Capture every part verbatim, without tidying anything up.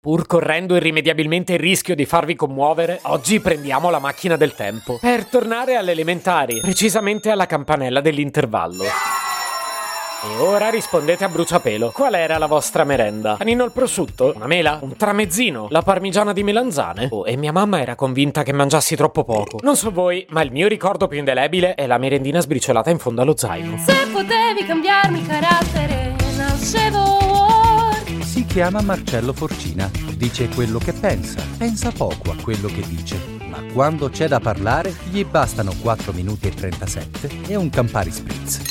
Pur correndo irrimediabilmente il rischio di farvi commuovere, oggi prendiamo la macchina del tempo per tornare alle elementari, precisamente alla campanella dell'intervallo. E ora rispondete a bruciapelo. Qual era la vostra merenda? Panino al prosciutto? Una mela? Un tramezzino? La parmigiana di melanzane? Oh, e mia mamma era convinta che mangiassi troppo poco. Non so voi, ma il mio ricordo più indelebile è la merendina sbriciolata in fondo allo zaino. Se potevi cambiarmi carattere, nascevo Ward. Si chiama Marcello Forcina. Dice quello che pensa. Pensa poco a quello che dice. Ma quando c'è da parlare, gli bastano quattro minuti e trentasette e un Campari Spritz.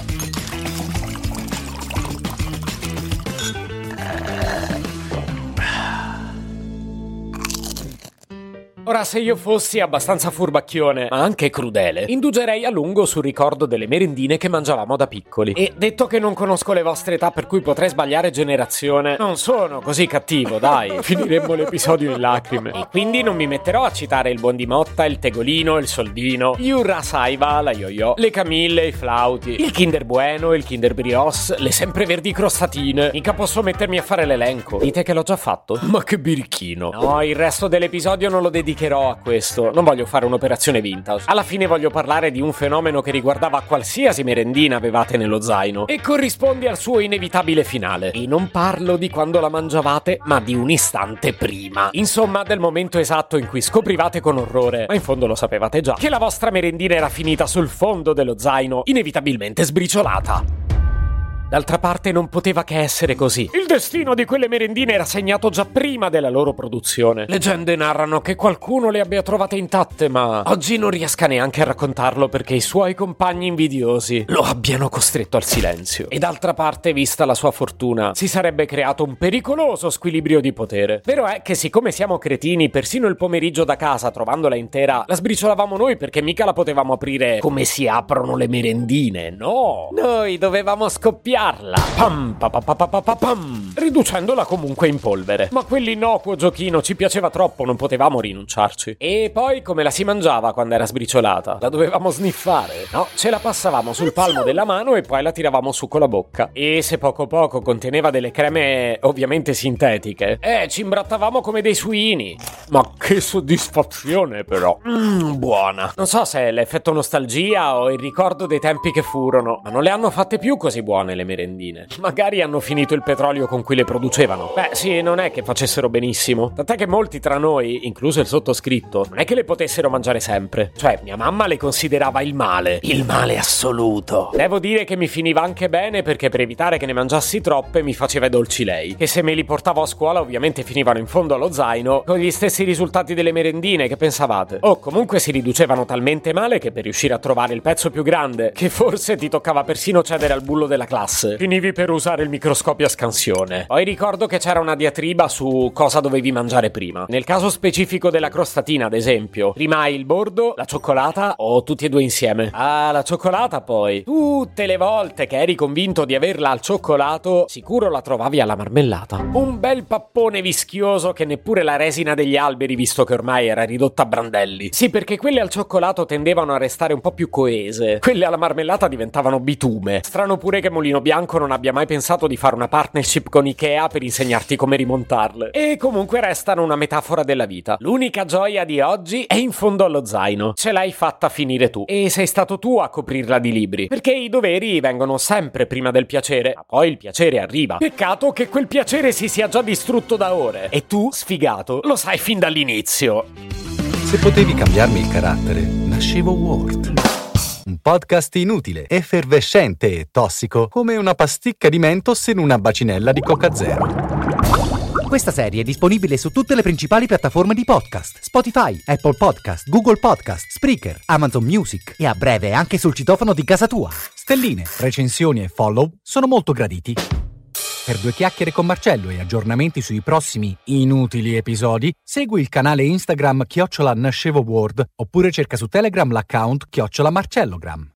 Ora, se io fossi abbastanza furbacchione, ma anche crudele, indugerei a lungo sul ricordo delle merendine che mangiavamo da piccoli. E detto che non conosco le vostre età per cui potrei sbagliare generazione, non sono così cattivo, dai. Finiremmo l'episodio in lacrime. E quindi non mi metterò a citare il buon di Motta, il tegolino, il soldino, gli Urra Saiba, la yo-yo, le Camille, i flauti, il Kinder Bueno, il Kinder Brioche, le sempreverdi crostatine. Mica posso mettermi a fare l'elenco. Dite che l'ho già fatto? Ma che birichino. No, il resto dell'episodio non lo dedicherò a questo, non voglio fare un'operazione vintage. Alla fine voglio parlare di un fenomeno che riguardava qualsiasi merendina avevate nello zaino e corrisponde al suo inevitabile finale. E non parlo di quando la mangiavate, ma di un istante prima. Insomma, del momento esatto in cui scoprivate con orrore, ma in fondo lo sapevate già, che la vostra merendina era finita sul fondo dello zaino, inevitabilmente sbriciolata. D'altra parte non poteva che essere così. Il destino di quelle merendine era segnato già prima della loro produzione. Leggende narrano che qualcuno le abbia trovate intatte, ma oggi non riesca neanche a raccontarlo perché i suoi compagni invidiosi lo abbiano costretto al silenzio. E d'altra parte, vista la sua fortuna, si sarebbe creato un pericoloso squilibrio di potere. Vero è che siccome siamo cretini, persino il pomeriggio da casa, trovandola intera, la sbriciolavamo noi perché mica la potevamo aprire come si aprono le merendine, no! Noi dovevamo scoppiare Pam, pa, pa, pa, pa, pa, pam, riducendola comunque in polvere. Ma quell'innocuo giochino ci piaceva troppo, non potevamo rinunciarci. E poi come la si mangiava quando era sbriciolata? La dovevamo sniffare? No, ce la passavamo sul palmo della mano e poi la tiravamo su con la bocca. E se poco poco conteneva delle creme ovviamente sintetiche, eh, ci imbrattavamo come dei suini. Ma che soddisfazione però. Mmm, buona. Non so se è l'effetto nostalgia o il ricordo dei tempi che furono, ma non le hanno fatte più così buone le merendine. Magari hanno finito il petrolio con cui le producevano. Beh sì, non è che facessero benissimo. Tant'è che molti tra noi, incluso il sottoscritto, non è che le potessero mangiare sempre. Cioè, mia mamma le considerava il male. Il male assoluto. Devo dire che mi finiva anche bene perché per evitare che ne mangiassi troppe mi faceva i dolci lei. E se me li portavo a scuola ovviamente finivano in fondo allo zaino con gli stessi risultati delle merendine, che pensavate? O comunque si riducevano talmente male che per riuscire a trovare il pezzo più grande, che forse ti toccava persino cedere al bullo della classe, finivi per usare il microscopio a scansione. Poi ricordo che c'era una diatriba su cosa dovevi mangiare prima. Nel caso specifico della crostatina, ad esempio, prima il bordo, la cioccolata o tutti e due insieme? Ah, la cioccolata poi. Tutte le volte che eri convinto di averla al cioccolato, sicuro la trovavi alla marmellata. Un bel pappone vischioso che neppure la resina degli alberi, visto che ormai era ridotta a brandelli. Sì, perché quelle al cioccolato tendevano a restare un po' più coese. Quelle alla marmellata diventavano bitume. Strano pure che Mulino Bianco non abbia mai pensato di fare una partnership con Ikea per insegnarti come rimontarle. E comunque restano una metafora della vita. L'unica gioia di oggi è in fondo allo zaino. Ce l'hai fatta finire tu. E sei stato tu a coprirla di libri. Perché i doveri vengono sempre prima del piacere, ma poi il piacere arriva. Peccato che quel piacere si sia già distrutto da ore. E tu, sfigato, lo sai fin dall'inizio. Se potevi cambiarmi il carattere, nascevo Ward. Un podcast inutile, effervescente e tossico, come una pasticca di Mentos in una bacinella di Coca Zero. Questa serie è disponibile su tutte le principali piattaforme di podcast: Spotify, Apple Podcast, Google Podcast, Spreaker, Amazon Music e a breve anche sul citofono di casa tua. Stelline, recensioni e follow sono molto graditi. Per due chiacchiere con Marcello e aggiornamenti sui prossimi inutili episodi, segui il canale Instagram chiocciola Nascevo Ward oppure cerca su Telegram l'account chiocciola Marcellogram.